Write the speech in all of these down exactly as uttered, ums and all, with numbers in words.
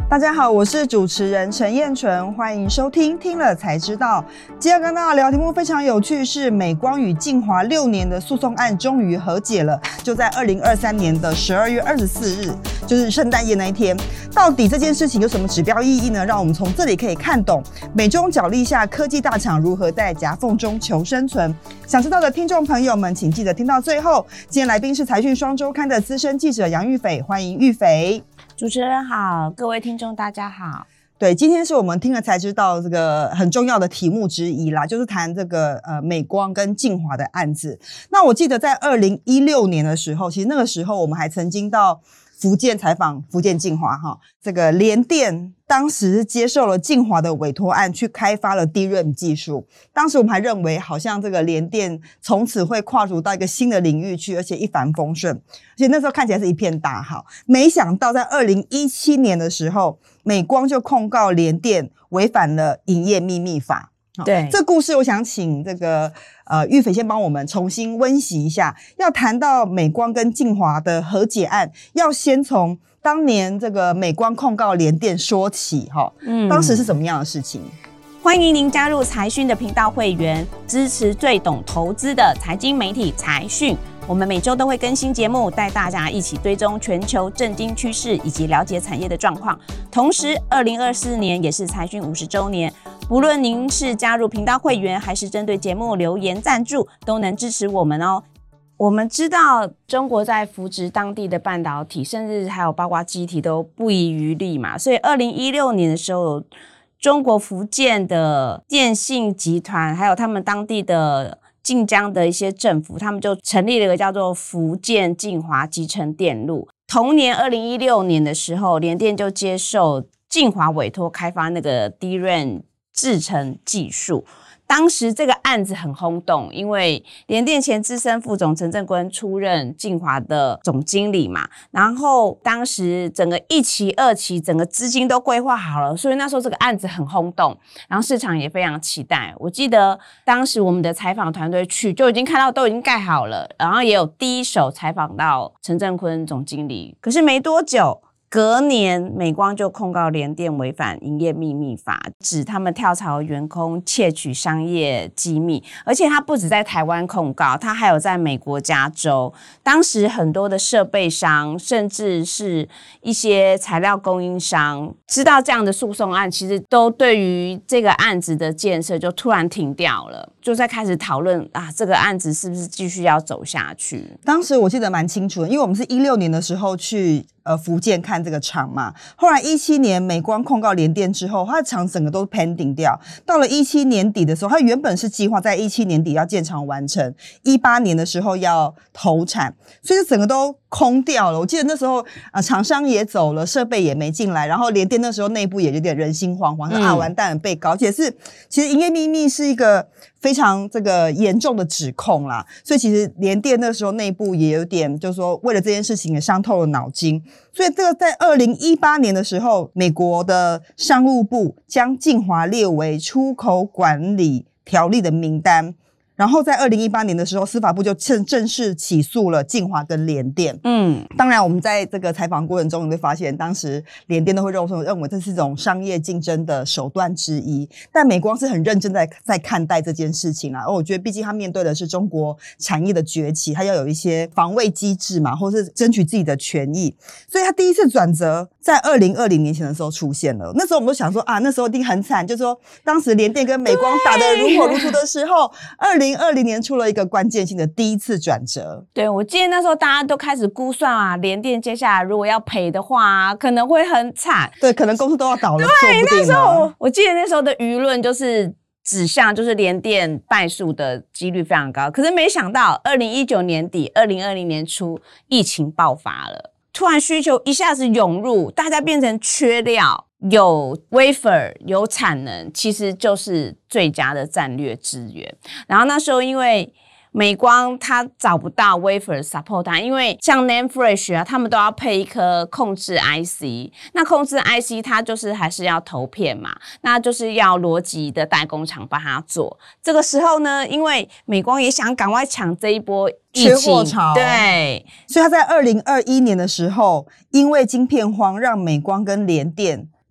大家好，我是主持人陈燕纯，欢迎收听听了才知道。今天要跟大家聊题目非常有趣，是美光与晋华六年的诉讼案终于和解了，就在二零二三年的十二月二十四日，就是圣诞夜那一天。到底这件事情有什么指标意义呢？让我们从这里可以看懂美中角力下科技大厂如何在夹缝中求生存。想知道的听众朋友们，请记得听到最后。今天来宾是财讯双周刊的资深记者杨玉斐，欢迎玉斐。 主持人好，各位听众大家好。 对，今天是我们听了才知道这个很重要的题目之一啦，就是谈这个呃美光跟晋华的案子。那我记得在二零一六年的时候，其实那个时候我们还曾经到福建采访福建晋华哈，这个联电当时接受了晋华的委托案，去开发了 D R A M 技术。当时我们还认为，好像这个联电从此会跨入到一个新的领域去，而且一帆风顺。而且那时候看起来是一片大好。没想到在二零一七年的时候，美光就控告联电违反了营业秘密法。 对， 这故事我想请这个呃玉斐先帮我们重新温习一下。要谈到美光跟晋华的和解案，要先从当年这个美光控告联电说起哈。嗯，当时是什么样的事情？ 欢迎您加入财讯的频道会员，支持最懂投资的财经媒体财讯。我们每周都会更新节目，带大家一起追踪全球政经趋势以及了解产业的状况。同时，二零二四年也是财讯五十周年，不论您是加入频道会员，还是针对节目留言赞助，都能支持我们哦。我们知道中国在扶植当地的半导体，甚至还有包括机体都不遗余力嘛，所以二零一六年的时候，中国福建的电信集团还有他们当地的晋江的一些政府，他们就成立了一个叫做福建晋华集成电路。同年二零一六年的时候，联电就接受晋华委托开发那个 D R A M 制程技术。当时这个案子很轰动，因为联电前资深副总陈正坤出任晋华的总经理嘛，然后当时整个一期二期整个资金都规划好了，所以那时候这个案子很轰动，然后市场也非常期待。我记得当时我们的采访团队去就已经看到都已经盖好了，然后也有第一手采访到陈正坤总经理。可是没多久，隔年美光就控告联电违反营业秘密法，指他们跳槽员工窃取商业机密，而且他不止在台湾控告，他还有在美国加州。当时很多的设备商甚至是一些材料供应商知道这样的诉讼案，其实都对于这个案子的建设就突然停掉了，就在开始讨论啊，这个案子是不是继续要走下去。 当时我记得蛮清楚的，因为我们是一六年的时候去呃福建看这个厂嘛，后来一七年美光控告联电之后，它的厂整个都 pending 掉。到了一七年底的时候，它原本是计划在一七年底要建厂完成，一八年的时候要投产，所以整个都空掉了。我记得那时候呃厂商也走了，设备也没进来，然后联电那时候内部也有点人心惶惶，说、嗯、啊完蛋了被告，而且是其实营业秘密是一个非常这个严重的指控啦，所以其实联电那时候内部也有点就是说为了这件事情也伤透了脑筋。所以这个在二零一八年的时候，美国的商务部将晋华列为出口管理条例的名单，然后在二零一八年的时候，司法部就正正式起诉了晋华跟联电。嗯，当然我们在这个采访过程中，你会发现，当时联电都会认为这是一种商业竞争的手段之一，但美光是很认真在在看待这件事情啦。而我觉得，毕竟他面对的是中国产业的崛起，他要有一些防卫机制嘛，或是争取自己的权益，所以他第一次转折在二零二零年前的时候出现了。那时候我们都想说啊，那时候一定很惨，就是说当时联电跟美光打得如火如荼的时候，二零二零年出了一个关键性的第一次转折。 对，我记得那时候大家都开始估算啊，联电接下来如果要赔的话，可能会很惨。 对，可能公司都要倒了， 对， 说不定了。 那时候我我记得那时候的舆论就是指向就是联电败诉的几率非常高。可是没想到二零一九年底二零二零年初疫情爆发了，突然需求一下子涌入，大家变成缺料，有 wafer 有产能，其实就是最佳的战略资源。然后那时候因为美光它找不到 wafer support 它，因为像 NAND Flash 啊，他们都要配一颗控制 I C， 那控制 I C 它就是还是要投片嘛，那就是要逻辑的代工厂帮它做。这个时候呢，因为美光也想赶快抢这一波疫情， 缺货潮， 对， 所以他在二零二一年的时候，因为晶片荒，让美光跟联电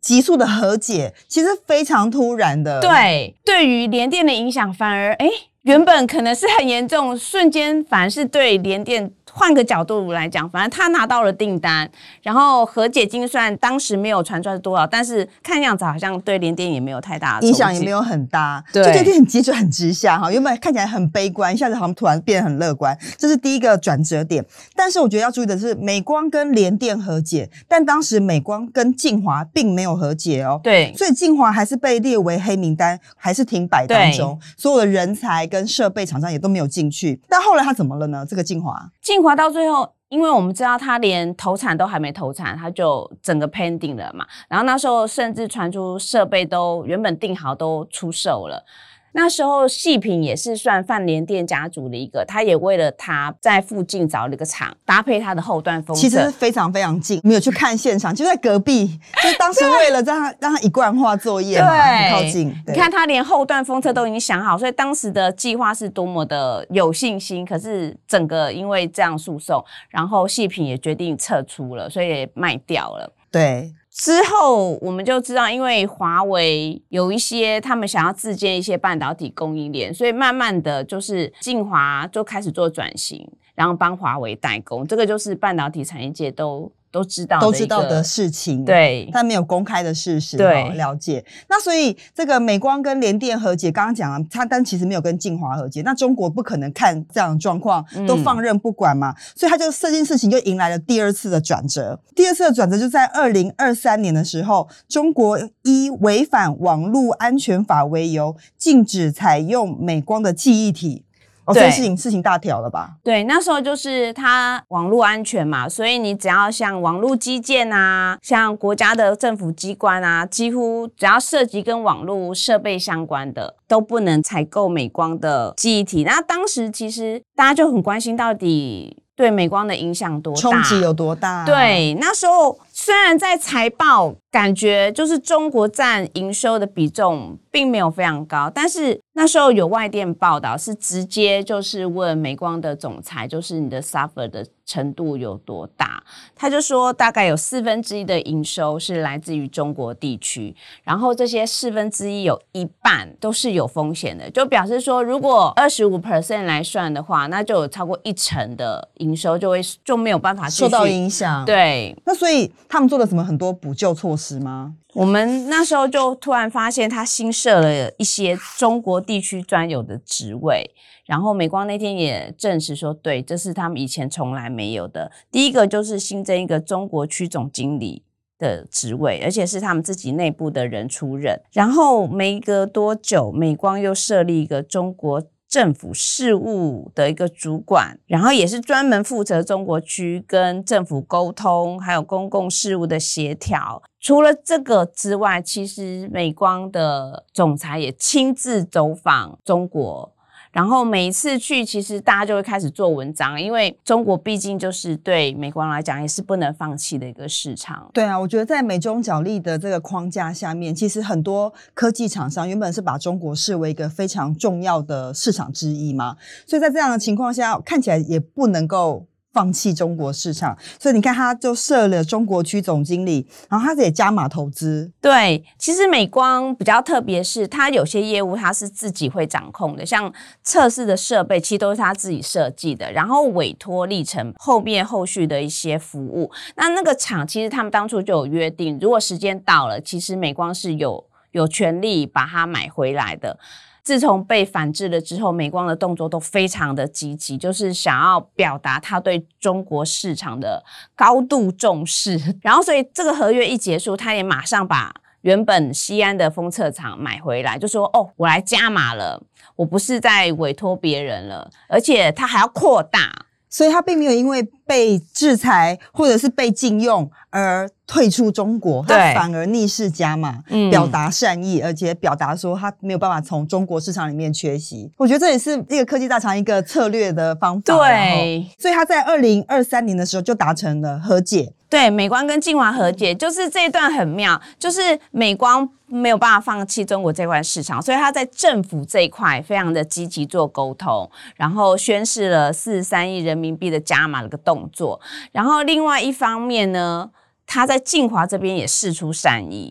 急速的和解，其实非常突然的。 对，对于联电的影响反而哎。原本可能是很严重，瞬间反而是对联电换个角度来讲，反正他拿到了订单，然后和解金算当时没有传出来多少，但是看样子好像对联电也没有太大的影响，也没有很大， 对， 就觉得很急转很直下哈。原本看起来很悲观，一下子好像突然变得很乐观，这是第一个转折点。但是我觉得要注意的是，美光跟联电和解，但当时美光跟晋华并没有和解哦， 对， 所以晋华还是被列为黑名单，还是停摆当中，所有的人才跟设备厂商也都没有进去。但后来他怎么了呢？这个晋华， 晋华到最后，因为我们知道他连投产都还没投产，他就整个 pending 了嘛。然后那时候甚至传出设备都原本定好都出售了。那时候细品也是算泛联电家族的一个，他也为了他在附近找了一个厂，搭配他的后段封测， 其实是非常非常近，没有去看现场，就在隔壁。就是当时为了让他让他一贯化作业嘛，很靠近。 你看他连后段封测都已经想好，所以当时的计划是多么的有信心。可是整个因为这样诉讼，然后细品也决定撤出了，所以也卖掉了。 对。 之后我们就知道，因为华为有一些他们想要自建一些半导体供应链，所以慢慢的就是晋华就开始做转型，然后帮华为代工，这个就是半导体产业界都都知道的都知道的事情， 对， 但没有公开的事实， 对， 了解。那所以这个美光跟联电和解，刚刚讲了，它但其实没有跟晋华和解，那中国不可能看这样的状况都放任不管嘛，嗯、所以他就这件事情就迎来了第二次的转折。第二次的转折就在二零二三年的时候，中国以违反网络安全法为由，禁止采用美光的记忆体。哦，这件事情事情大条了吧？ 对，那时候就是它网络安全嘛，所以你只要像网络基建啊，像国家的政府机关啊，几乎只要涉及跟网络设备相关的，都不能采购美光的记忆体。那当时其实大家就很关心，到底对美光的影响多大， 冲击有多大、啊？ 对，那时候虽然在财报感觉就是中国占营收的比重并没有非常高，但是那时候有外电报道是直接就是问美光的总裁，就是你的 suffer 的程度有多大，他就说大概有四分之一的营收是来自于中国地区，然后这些四分之一有一半都是有风险的，就表示说如果 百分之二十五 来算的话，那就有超过一成的营收就会就没有办法受到影响。 对， 那所以他们做了什么很多补救措施吗？ 我们那时候就突然发现他新设了一些中国地区专有的职位，然后美光那天也证实说，对，这是他们以前从来没有的。第一个就是新增一个中国区总经理的职位，而且是他们自己内部的人出任。然后没隔多久，美光又设立一个中国政府事务的一个主管，然后也是专门负责中国区跟政府沟通，还有公共事务的协调。除了这个之外，其实美光的总裁也亲自走访中国，然后每一次去，其实大家就会开始做文章，因为中国毕竟就是对美光来讲也是不能放弃的一个市场。 对啊，我觉得在美中角力的这个框架下面，其实很多科技厂商原本是把中国视为一个非常重要的市场之一嘛，所以在这样的情况下，看起来也不能够放弃中国市场，所以你看他就设了中国区总经理，然后他也加码投资。 对，其实美光比较特别是他有些业务他是自己会掌控的，像测试的设备其实都是他自己设计的，然后委托历程后面后续的一些服务。那那个厂其实他们当初就有约定，如果时间到了，其实美光是有有权利把它买回来的。自从被反制了之后，美光的动作都非常的积极，就是想要表达他对中国市场的高度重视。然后所以这个合约一结束，他也马上把原本西安的封测厂买回来，就说哦，我来加码了，我不是在委托别人了，而且他还要扩大。 所以他并没有因为被制裁或者是被禁用而退出中国，他反而逆势加码、嗯、表达善意，而且表达说他没有办法从中国市场里面缺席。我觉得这也是一个科技大厂一个策略的方法。 对， 所以他在二零二三年的时候就达成了和解。 对，美光跟晋华和解，就是这一段很妙，就是美光没有办法放弃中国这块市场，所以他在政府这一块非常的积极做沟通，然后宣示了四十三亿人民币的加码的个动作。然后另外一方面呢，他在晋华这边也释出善意，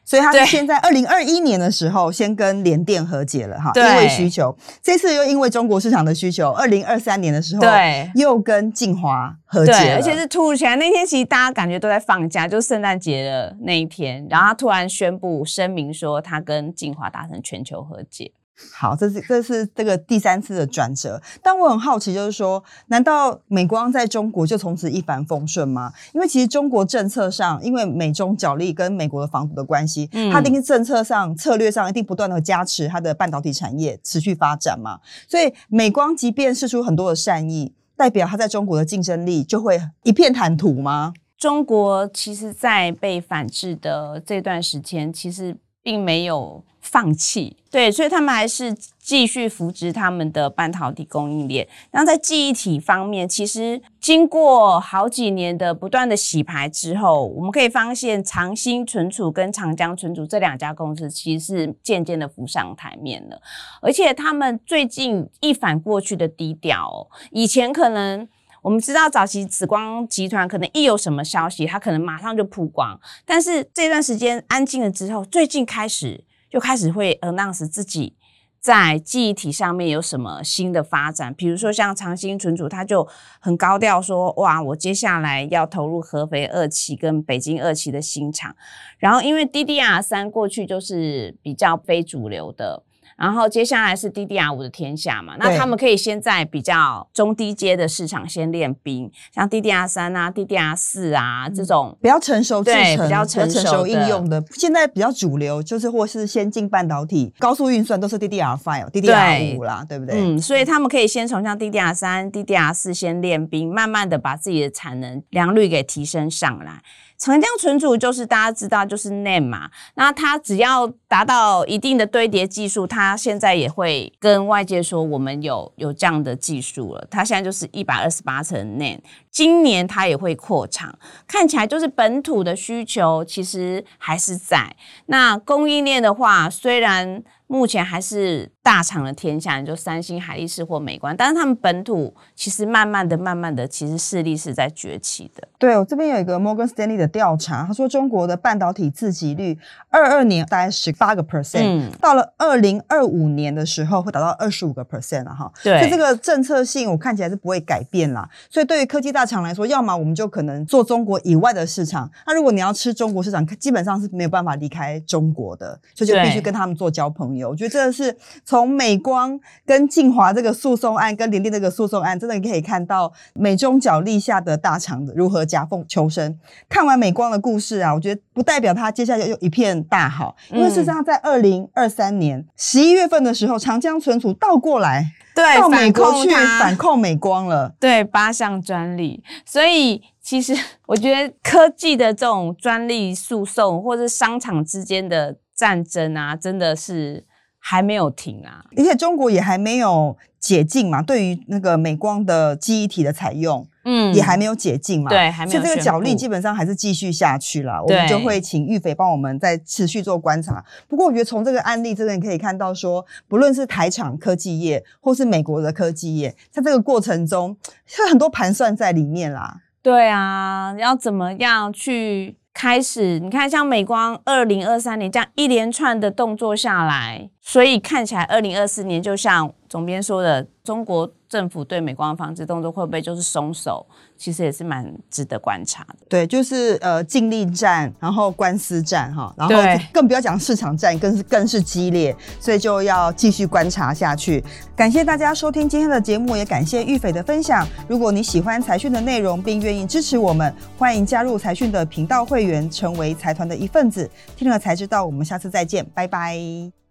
所以他是先在二零二一年的时候先跟联电和解了哈，因为需求。这次又因为中国市场的需求，二零二三年的时候对又跟晋华和解了， 对，而且是突如其来。那天其实大家感觉都在放假，就是圣诞节的那一天，然后他突然宣布声明说他跟晋华达成全球和解。 好，这是这是这个第三次的转折，但我很好奇，就是说，难道美光在中国就从此一帆风顺吗？因为其实中国政策上，因为美中角力跟美国的防堵的关系，嗯，它一定是政策上、策略上一定不断的加持它的半导体产业持续发展嘛。所以美光即便释出很多的善意，代表它在中国的竞争力就会一片坦途吗？ 中国其实在被反制的这段时间，其实并没有放弃，对，所以他们还是继续扶植他们的半导体供应链。然后在记忆体方面，其实经过好几年的不断的洗牌之后，我们可以发现长兴存储跟长江存储这两家公司其实是渐渐的浮上台面了，而且他们最近一反过去的低调哦，以前可能我们知道早期紫光集团可能一有什么消息，它可能马上就曝光，但是这段时间安静了之后，最近开始就开始会 announce 自己在记忆体上面有什么新的发展，比如说像长兴存储，它就很高调说，哇，我接下来要投入合肥二期跟北京二期的新厂，然后因为 D D R 三 过去就是比较非主流的。然后接下来是 D D R 五 的天下嘛，那他们可以先在比较中低阶的市场先练兵，像 D D R 三 啊 D D R 四 啊这种比较成熟制程， 比较成熟, 成熟应用的，现在比较主流就是或是先进半导体高速运算都是 D D R 五 D D R 五 啦， 对, 对不对？ 嗯，所以他们可以先从像 D D R 三 D D R 四 先练兵，慢慢的把自己的产能良率给提升上来。长江存储就是大家知道就是 N A M 嘛，那它只要达到一定的堆叠技术，它现在也会跟外界说我们有有这样的技术了，它现在就是一百二十八层 N A M， 今年它也会扩厂，看起来就是本土的需求其实还是在。那供应链的话，虽然目前还是大厂的天下，就三星、海力士或美光，但是他们本土其实慢慢的、慢慢的，其实势力是在崛起的。 对，我这边有一个 Morgan Stanley 的调查，他说中国的半导体自给率二二年大概十八个 percent，嗯，到了二零二五年的时候会达到二十五个 percent 了哈。对，所以这个政策性我看起来是不会改变啦。所以对于科技大厂来说，要么我们就可能做中国以外的市场，那如果你要吃中国市场，基本上是没有办法离开中国的，所以就必须跟他们做交朋友。我觉得这是从美光跟晋华这个诉讼案跟联电这个诉讼案，真的可以看到美中角力下的大厂如何夹缝求生。看完美光的故事啊，我觉得不代表它接下来又一片大好，因为事实上在二零二三年十一月份的时候，长江存储倒过来对到美国去反控美光了， 对，八项专利。所以其实我觉得科技的这种专利诉讼或是商场之间的战争啊，真的是还没有停啊， 而且中国也还没有解禁嘛，对于那个美光的记忆体的采用，嗯，也还没有解禁嘛， 对，还没有宣布， 所以这个角力基本上还是继续下去啦。我们就会请玉斐帮我们再持续做观察。不过我觉得从这个案例真的可以看到说，不论是台厂科技业或是美国的科技业，在这个过程中有很多盘算在里面啦。 对啊，要怎么样去开始，你看像美光二零二三年这样一连串的动作下来，所以看起来二零二四年就像总编说的，中国政府对美光的防治动作会不会就是松手，其实也是蛮值得观察的。 对，就是呃禁令战，然后官司战哈，然后更不要讲市场战，更是更是激烈，所以就要继续观察下去。感谢大家收听今天的节目，也感谢玉斐的分享。如果你喜欢财讯的内容，并愿意支持我们，欢迎加入财讯的频道会员，成为财团的一份子。听了才知道，我们下次再见，拜拜。